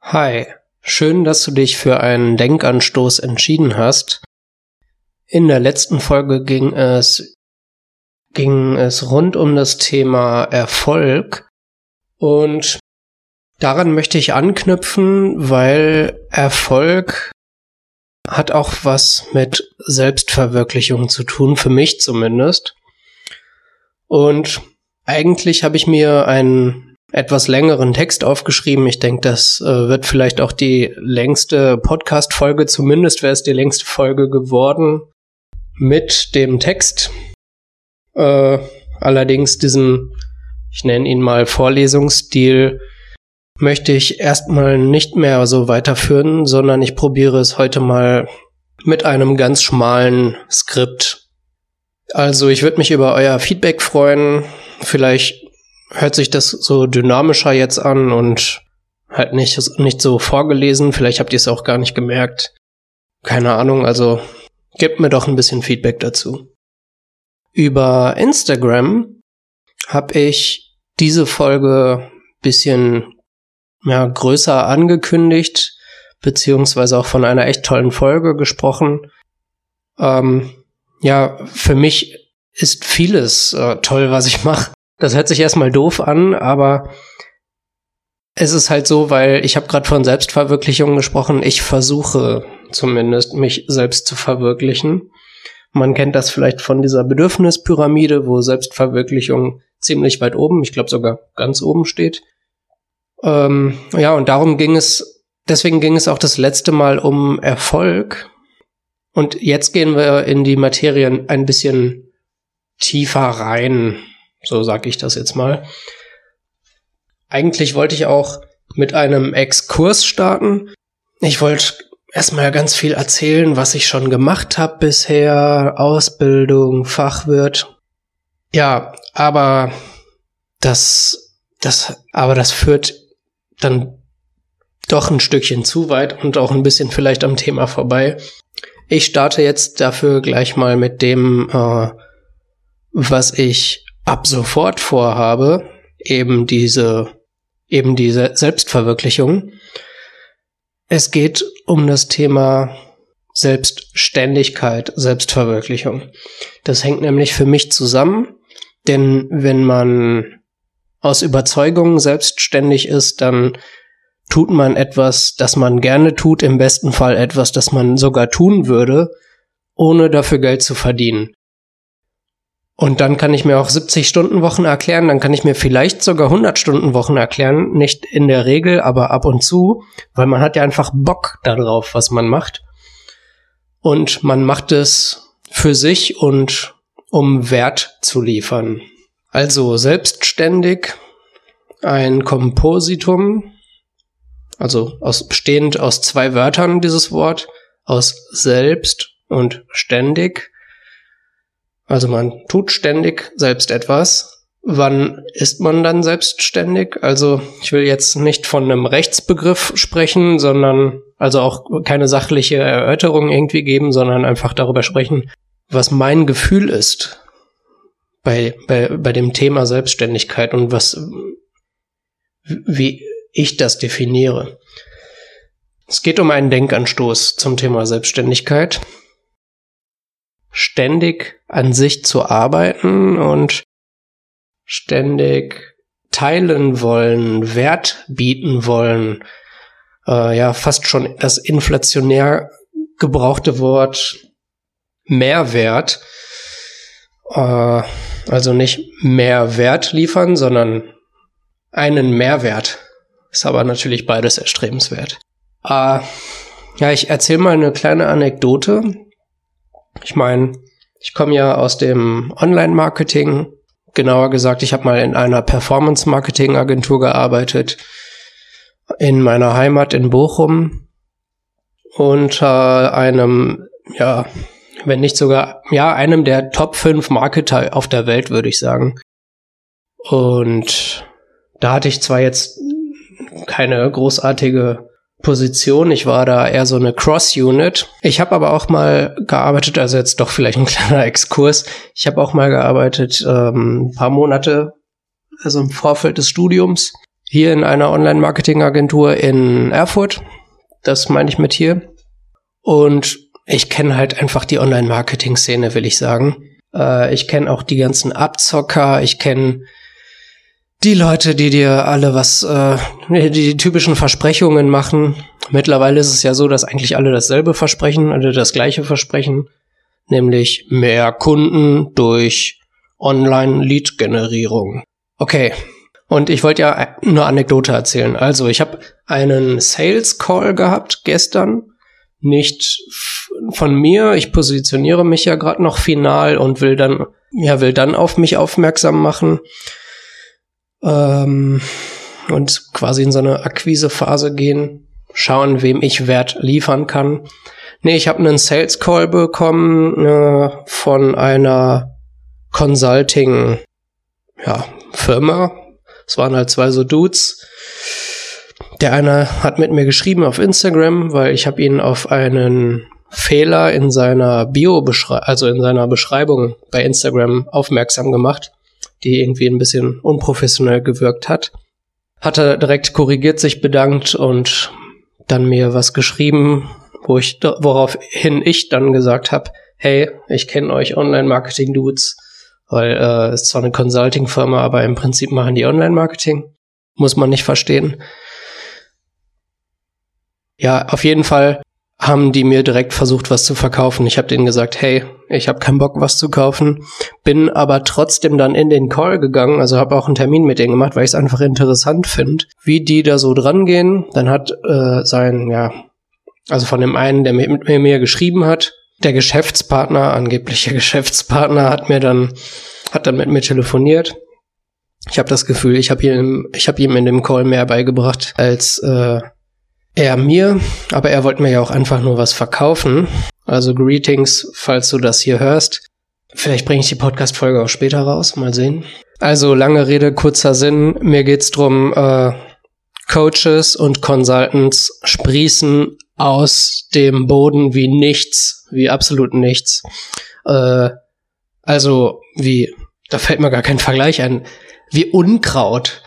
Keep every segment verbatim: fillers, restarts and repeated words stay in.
Hi, schön, dass du dich für einen Denkanstoß entschieden hast. In der letzten Folge ging es, ging es rund um das Thema Erfolg und daran möchte ich anknüpfen, weil Erfolg hat auch was mit Selbstverwirklichung zu tun, für mich zumindest. Und eigentlich habe ich mir einen etwas längeren Text aufgeschrieben. Ich denke, das äh, wird vielleicht auch die längste Podcast-Folge, zumindest wäre es die längste Folge geworden mit dem Text. Äh, allerdings diesen, ich nenne ihn mal Vorlesungsstil, möchte ich erstmal nicht mehr so weiterführen, sondern ich probiere es heute mal mit einem ganz schmalen Skript. Also ich würde mich über euer Feedback freuen. Vielleicht hört sich das so dynamischer jetzt an und halt nicht, nicht so vorgelesen. Vielleicht habt ihr es auch gar nicht gemerkt. Keine Ahnung, also gebt mir doch ein bisschen Feedback dazu. Über Instagram habe ich diese Folge ein bisschen ja, größer angekündigt, beziehungsweise auch von einer echt tollen Folge gesprochen. Ähm, ja, für mich ist vieles äh, toll, was ich mache. Das hört sich erstmal doof an, aber es ist halt so, weil ich habe gerade von Selbstverwirklichung gesprochen. Ich versuche zumindest, mich selbst zu verwirklichen. Man kennt das vielleicht von dieser Bedürfnispyramide, wo Selbstverwirklichung ziemlich weit oben, ich glaube sogar ganz oben steht. Ähm, ja, und darum ging es, deswegen ging es auch das letzte Mal um Erfolg. Und jetzt gehen wir in die Materien ein bisschen tiefer rein. So sage ich das jetzt mal. Eigentlich wollte ich auch mit einem Exkurs starten. Ich wollte erstmal ganz viel erzählen, was ich schon gemacht habe bisher, Ausbildung, Fachwirt. Ja, aber das, das, aber das führt dann doch ein Stückchen zu weit und auch ein bisschen vielleicht am Thema vorbei. Ich starte jetzt dafür gleich mal mit dem, äh, was ich ab sofort vorhabe, eben diese, eben diese Selbstverwirklichung. Es geht um das Thema Selbstständigkeit, Selbstverwirklichung. Das hängt nämlich für mich zusammen, denn wenn man aus Überzeugung selbstständig ist, dann tut man etwas, das man gerne tut, im besten Fall etwas, das man sogar tun würde, ohne dafür Geld zu verdienen. Und dann kann ich mir auch siebzig-Stunden-Wochen erklären, dann kann ich mir vielleicht sogar hundert-Stunden-Wochen erklären, nicht in der Regel, aber ab und zu, weil man hat ja einfach Bock darauf, was man macht. Und man macht es für sich und um Wert zu liefern. Also selbstständig, ein Kompositum, also aus, bestehend aus zwei Wörtern dieses Wort, aus selbst und ständig. Also man tut ständig selbst etwas. Wann ist man dann selbstständig? Also ich will jetzt nicht von einem Rechtsbegriff sprechen, sondern also auch keine sachliche Erörterung irgendwie geben, sondern einfach darüber sprechen, was mein Gefühl ist bei, bei, bei dem Thema Selbstständigkeit und was, wie ich das definiere. Es geht um einen Denkanstoß zum Thema Selbstständigkeit. Ständig an sich zu arbeiten und ständig teilen wollen, Wert bieten wollen. Äh, ja, fast schon das inflationär gebrauchte Wort Mehrwert. Äh, also nicht mehr Wert liefern, sondern einen Mehrwert. Ist aber natürlich beides erstrebenswert. Äh, ja, ich erzähle mal eine kleine Anekdote. Ich meine, ich komme ja aus dem Online-Marketing. Genauer gesagt, ich habe mal in einer Performance-Marketing-Agentur gearbeitet in meiner Heimat in Bochum unter einem, ja, wenn nicht sogar, ja, einem der Top fünf Marketer auf der Welt, würde ich sagen. Und da hatte ich zwar jetzt keine großartige Position. Ich war da eher so eine Cross-Unit. Ich habe aber auch mal gearbeitet, also jetzt doch vielleicht ein kleiner Exkurs. Ich habe auch mal gearbeitet, ähm, ein paar Monate, also im Vorfeld des Studiums, hier in einer Online-Marketing-Agentur in Erfurt. Das meine ich mit hier. Und ich kenne halt einfach die Online-Marketing-Szene, will ich sagen. Äh, ich kenne auch die ganzen Abzocker. Ich kenne die Leute, die dir alle was, äh, die, die typischen Versprechungen machen. Mittlerweile ist es ja so, dass eigentlich alle dasselbe versprechen, alle das gleiche versprechen. Nämlich mehr Kunden durch Online-Lead-Generierung. Okay. Und ich wollte ja eine Anekdote erzählen. Also ich habe einen Sales-Call gehabt gestern. Nicht f- von mir. Ich positioniere mich ja gerade noch final und will dann, ja, will dann auf mich aufmerksam machen. Ähm, und quasi in so eine Akquisephase gehen. Schauen, wem ich Wert liefern kann. Nee, ich habe einen Sales-Call bekommen äh, von einer Consulting, ja, Firma. Es waren halt zwei so Dudes. Der eine hat mit mir geschrieben auf Instagram, weil ich habe ihn auf einen Fehler in seiner Bio, also in seiner Beschreibung bei Instagram aufmerksam gemacht, die irgendwie ein bisschen unprofessionell gewirkt hat. Hat er direkt korrigiert, sich bedankt und dann mir was geschrieben, wo ich, woraufhin ich dann gesagt habe, hey, ich kenne euch Online-Marketing-Dudes, weil äh, ist zwar eine Consulting-Firma, aber im Prinzip machen die Online-Marketing. Muss man nicht verstehen. Ja, auf jeden Fall haben die mir direkt versucht, was zu verkaufen. Ich habe denen gesagt, hey, ich habe keinen Bock, was zu kaufen. Bin aber trotzdem dann in den Call gegangen, also habe auch einen Termin mit denen gemacht, weil ich es einfach interessant finde, wie die da so dran gehen. Dann hat äh, sein, ja, also von dem einen, der mit mir geschrieben hat, der Geschäftspartner, angebliche Geschäftspartner, hat mir dann, hat dann mit mir telefoniert. Ich habe das Gefühl, ich habe ihm, ich habe ihm in dem Call mehr beigebracht als äh, er mir. Aber er wollte mir ja auch einfach nur was verkaufen. Also Greetings, falls du das hier hörst. Vielleicht bringe ich die Podcast-Folge auch später raus, mal sehen. Also lange Rede, kurzer Sinn. Mir geht's drum, äh, Coaches und Consultants sprießen aus dem Boden wie nichts, wie absolut nichts. Äh, also wie, da fällt mir gar kein Vergleich ein, wie Unkraut.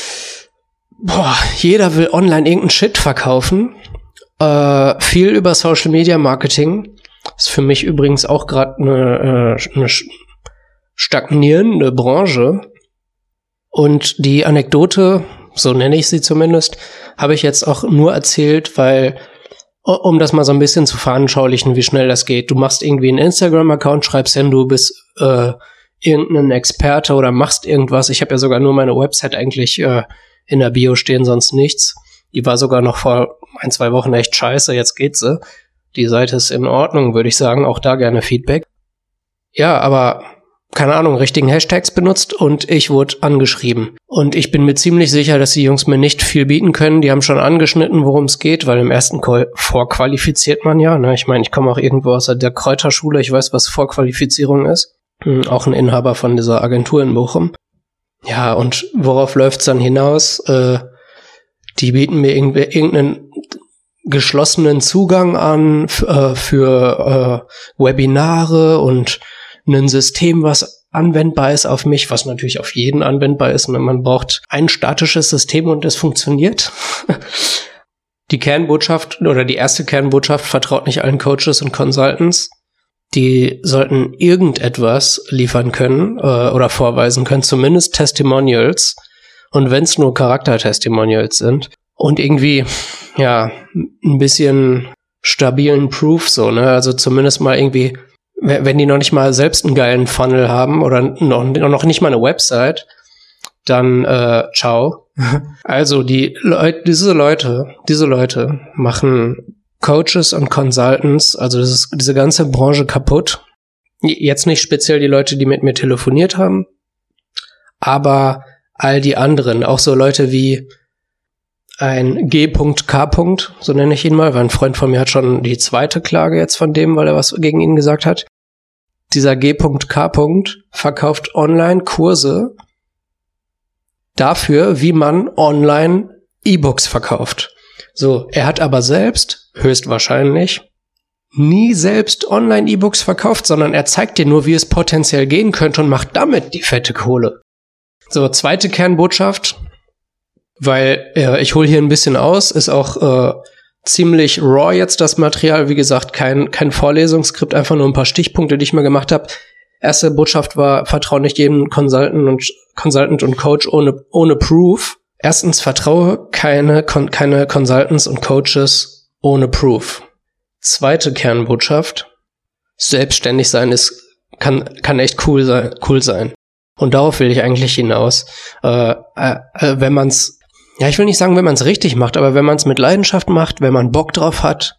Boah, jeder will online irgendeinen Shit verkaufen. Äh, viel über Social Media Marketing. Ist für mich übrigens auch gerade eine, äh, eine stagnierende Branche. Und die Anekdote, so nenne ich sie zumindest, habe ich jetzt auch nur erzählt, weil, um das mal so ein bisschen zu veranschaulichen, wie schnell das geht. Du machst irgendwie einen Instagram-Account, schreibst hin, du bist äh, irgendein Experte oder machst irgendwas. Ich habe ja sogar nur meine Website eigentlich äh, in der Bio stehen, sonst nichts. Die war sogar noch vor ein, zwei Wochen echt scheiße, jetzt geht sie. Die Seite ist in Ordnung, würde ich sagen. Auch da gerne Feedback. Ja, aber keine Ahnung, richtigen Hashtags benutzt und ich wurde angeschrieben. Und ich bin mir ziemlich sicher, dass die Jungs mir nicht viel bieten können. Die haben schon angeschnitten, worum es geht, weil im ersten Call vorqualifiziert man ja. Ne? Ich meine, ich komme auch irgendwo aus der Kräuterschule, ich weiß, was Vorqualifizierung ist. Hm, auch ein Inhaber von dieser Agentur in Bochum. Ja, und worauf läuft's dann hinaus? Äh, die bieten mir irgendwie irgendeinen geschlossenen Zugang an f- äh, für äh, Webinare und ein System, was anwendbar ist auf mich, was natürlich auf jeden anwendbar ist. Und man braucht ein statisches System und es funktioniert. Die Kernbotschaft oder die erste Kernbotschaft vertraut nicht allen Coaches und Consultants. Die sollten irgendetwas liefern können äh, oder vorweisen können, zumindest Testimonials. Und wenn es nur Charakter-Testimonials sind und irgendwie, ja, ein bisschen stabilen Proof so, ne? Also zumindest mal irgendwie, wenn die noch nicht mal selbst einen geilen Funnel haben oder noch, noch nicht mal eine Website, dann äh, ciao. Also die Leute, diese Leute, diese Leute machen Coaches und Consultants, also das ist diese ganze Branche kaputt. Jetzt nicht speziell die Leute, die mit mir telefoniert haben, aber all die anderen, auch so Leute wie ein G K. So nenne ich ihn mal, weil ein Freund von mir hat schon die zweite Klage jetzt von dem, weil er was gegen ihn gesagt hat. Dieser G K. verkauft online Kurse dafür, wie man online E-Books verkauft. So, er hat aber selbst, höchstwahrscheinlich, nie selbst online E-Books verkauft, sondern er zeigt dir nur, wie es potenziell gehen könnte und macht damit die fette Kohle. So, zweite Kernbotschaft. weil äh, ich hole hier ein bisschen aus, ist auch äh, ziemlich raw jetzt das Material. Wie gesagt, kein kein Vorlesungsskript, einfach nur ein paar Stichpunkte, die ich mal gemacht habe. Erste Botschaft war, vertraue nicht jedem Consultant und Consultant und Coach ohne ohne Proof. Erstens, vertraue keine Kon- keine Consultants und Coaches ohne Proof. Zweite Kernbotschaft: Selbstständig sein ist kann kann echt cool sein, cool sein. Und darauf will ich eigentlich hinaus. Äh, äh, wenn man's, ja, ich will nicht sagen, wenn man's richtig macht, aber wenn man's mit Leidenschaft macht, wenn man Bock drauf hat,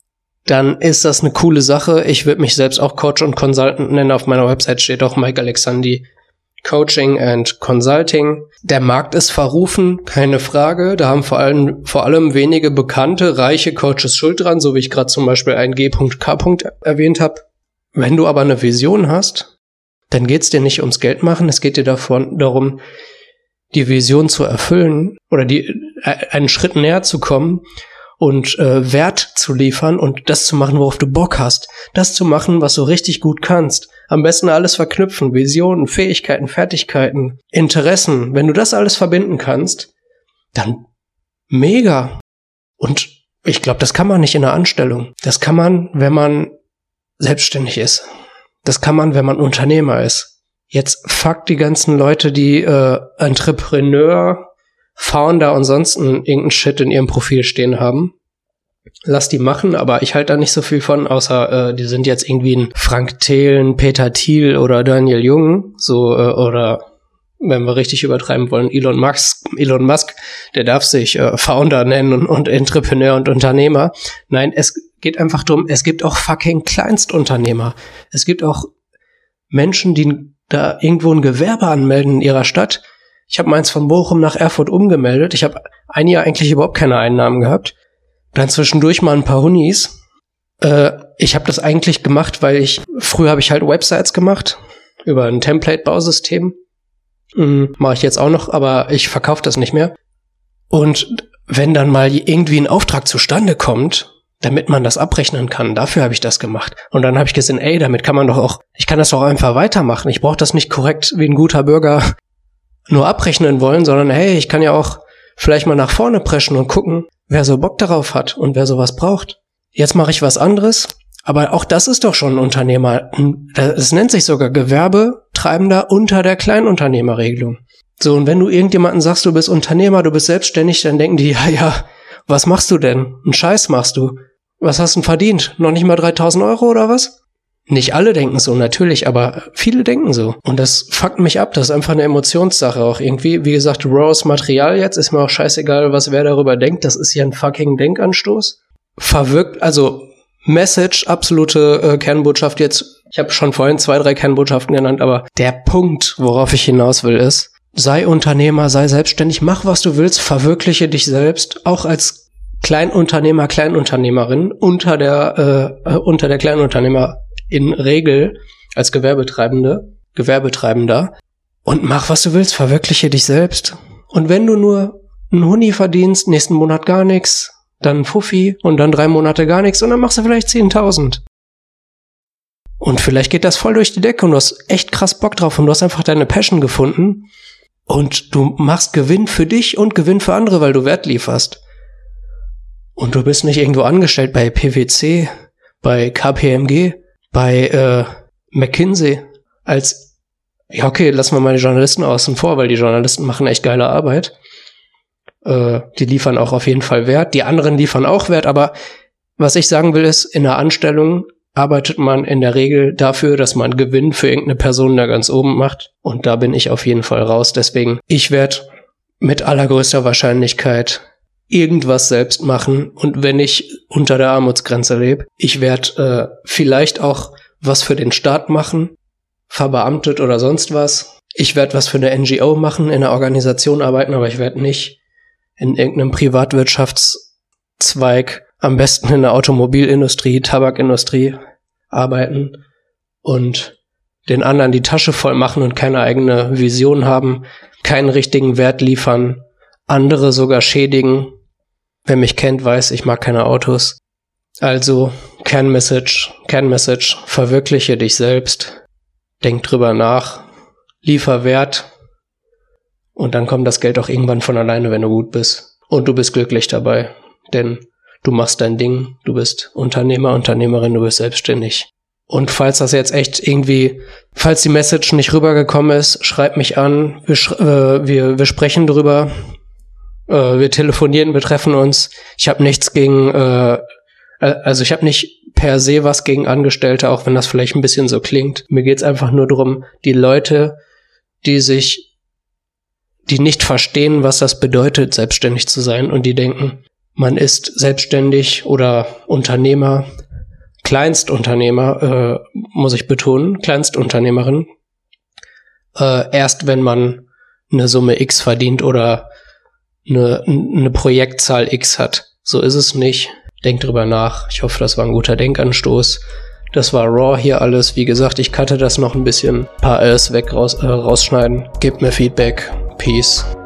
dann ist das eine coole Sache. Ich würde mich selbst auch Coach und Consultant nennen. Auf meiner Website steht auch Mike Alexandi Coaching and Consulting. Der Markt ist verrufen, keine Frage. Da haben vor allem, vor allem wenige bekannte, reiche Coaches Schuld dran, so wie ich gerade zum Beispiel einen G K erwähnt habe. Wenn du aber eine Vision hast, dann geht's dir nicht ums Geld machen. Es geht dir davon, darum, die Vision zu erfüllen oder die äh, einen Schritt näher zu kommen und äh, Wert zu liefern und das zu machen, worauf du Bock hast. Das zu machen, was du richtig gut kannst. Am besten alles verknüpfen. Visionen, Fähigkeiten, Fertigkeiten, Interessen. Wenn du das alles verbinden kannst, dann mega. Und ich glaube, das kann man nicht in einer Anstellung. Das kann man, wenn man selbstständig ist. Das kann man, wenn man Unternehmer ist. Jetzt fuck die ganzen Leute, die äh, Entrepreneur, Founder und sonst irgendeinen Shit in ihrem Profil stehen haben. Lass die machen, aber ich halte da nicht so viel von, außer äh, die sind jetzt irgendwie ein Frank Thelen, Peter Thiel oder Daniel Jung, so äh, oder wenn wir richtig übertreiben wollen, Elon Musk, Elon Musk, der darf sich äh, Founder nennen und, und Entrepreneur und Unternehmer. Nein, es geht einfach darum, es gibt auch fucking Kleinstunternehmer. Es gibt auch Menschen, die da irgendwo ein Gewerbe anmelden in ihrer Stadt. Ich habe meins von Bochum nach Erfurt umgemeldet. Ich habe ein Jahr eigentlich überhaupt keine Einnahmen gehabt. Dann zwischendurch mal ein paar Hunnis. Äh, ich habe das eigentlich gemacht, weil ich, früher habe ich halt Websites gemacht über ein Template-Bausystem. Mhm, mache ich jetzt auch noch, aber ich verkaufe das nicht mehr. Und wenn dann mal irgendwie ein Auftrag zustande kommt, damit man das abrechnen kann, dafür habe ich das gemacht. Und dann habe ich gesehen, ey, damit kann man doch auch, ich kann das doch einfach weitermachen. Ich brauche das nicht korrekt wie ein guter Bürger nur abrechnen wollen, sondern hey, ich kann ja auch vielleicht mal nach vorne preschen und gucken, wer so Bock darauf hat und wer sowas braucht. Jetzt mache ich was anderes, aber auch das ist doch schon ein Unternehmer. Das nennt sich sogar Gewerbetreibender unter der Kleinunternehmerregelung. So, und wenn du irgendjemanden sagst, du bist Unternehmer, du bist selbstständig, dann denken die, ja, ja, was machst du denn? Einen Scheiß machst du. Was hast du denn verdient? Noch nicht mal dreitausend Euro oder was? Nicht alle denken so, natürlich, aber viele denken so. Und das fuckt mich ab, das ist einfach eine Emotionssache auch irgendwie. Wie gesagt, raws Material jetzt, ist mir auch scheißegal, was wer darüber denkt. Das ist hier ein fucking Denkanstoß. Verwirkt, also Message, absolute äh, Kernbotschaft jetzt. Ich habe schon vorhin zwei, drei Kernbotschaften genannt, aber der Punkt, worauf ich hinaus will, ist, sei Unternehmer, sei selbstständig, mach was du willst, verwirkliche dich selbst, auch als Kleinunternehmer, Kleinunternehmerin unter der äh, unter der Kleinunternehmer in Regel als Gewerbetreibende, Gewerbetreibender und mach was du willst, verwirkliche dich selbst. Und wenn du nur einen Huni verdienst, nächsten Monat gar nichts, dann ein Fuffi und dann drei Monate gar nichts und dann machst du vielleicht zehntausend. Und vielleicht geht das voll durch die Decke und du hast echt krass Bock drauf und du hast einfach deine Passion gefunden. Und du machst Gewinn für dich und Gewinn für andere, weil du Wert lieferst. Und du bist nicht irgendwo angestellt bei P W C, bei K P M G, bei äh, McKinsey. Als, ja okay, lassen wir mal die Journalisten außen vor, weil die Journalisten machen echt geile Arbeit. Äh, die liefern auch auf jeden Fall Wert. Die anderen liefern auch Wert, aber was ich sagen will ist, in der Anstellung arbeitet man in der Regel dafür, dass man Gewinn für irgendeine Person da ganz oben macht. Und da bin ich auf jeden Fall raus. Deswegen, ich werde mit allergrößter Wahrscheinlichkeit irgendwas selbst machen. Und wenn ich unter der Armutsgrenze lebe, ich werde äh, vielleicht auch was für den Staat machen, verbeamtet oder sonst was. Ich werde was für eine N G O machen, in einer Organisation arbeiten, aber ich werde nicht in irgendeinem Privatwirtschaftszweig, am besten in der Automobilindustrie, Tabakindustrie arbeiten und den anderen die Tasche voll machen und keine eigene Vision haben, keinen richtigen Wert liefern, andere sogar schädigen. Wer mich kennt, weiß, ich mag keine Autos. Also, Kernmessage, Kernmessage, verwirkliche dich selbst, denk drüber nach, liefer Wert Und dann kommt das Geld auch irgendwann von alleine, wenn du gut bist. Und du bist glücklich dabei. Denn du machst dein Ding, du bist Unternehmer, Unternehmerin, du bist selbstständig. Und falls das jetzt echt irgendwie, falls die Message nicht rübergekommen ist, schreib mich an, wir, sch- äh, wir, wir sprechen drüber, äh, wir telefonieren, wir treffen uns. Ich habe nichts gegen, äh, also ich habe nicht per se was gegen Angestellte, auch wenn das vielleicht ein bisschen so klingt. Mir geht's einfach nur darum, die Leute, die sich, die nicht verstehen, was das bedeutet, selbstständig zu sein und die denken, man ist selbstständig oder Unternehmer, Kleinstunternehmer, äh, muss ich betonen, Kleinstunternehmerin, äh, erst wenn man eine Summe X verdient oder eine, eine Projektzahl X hat. So ist es nicht. Denkt drüber nach. Ich hoffe, das war ein guter Denkanstoß. Das war Raw hier alles. Wie gesagt, ich cutte das noch ein bisschen. Ein paar Ls weg raus, äh, rausschneiden. Gebt mir Feedback. Peace.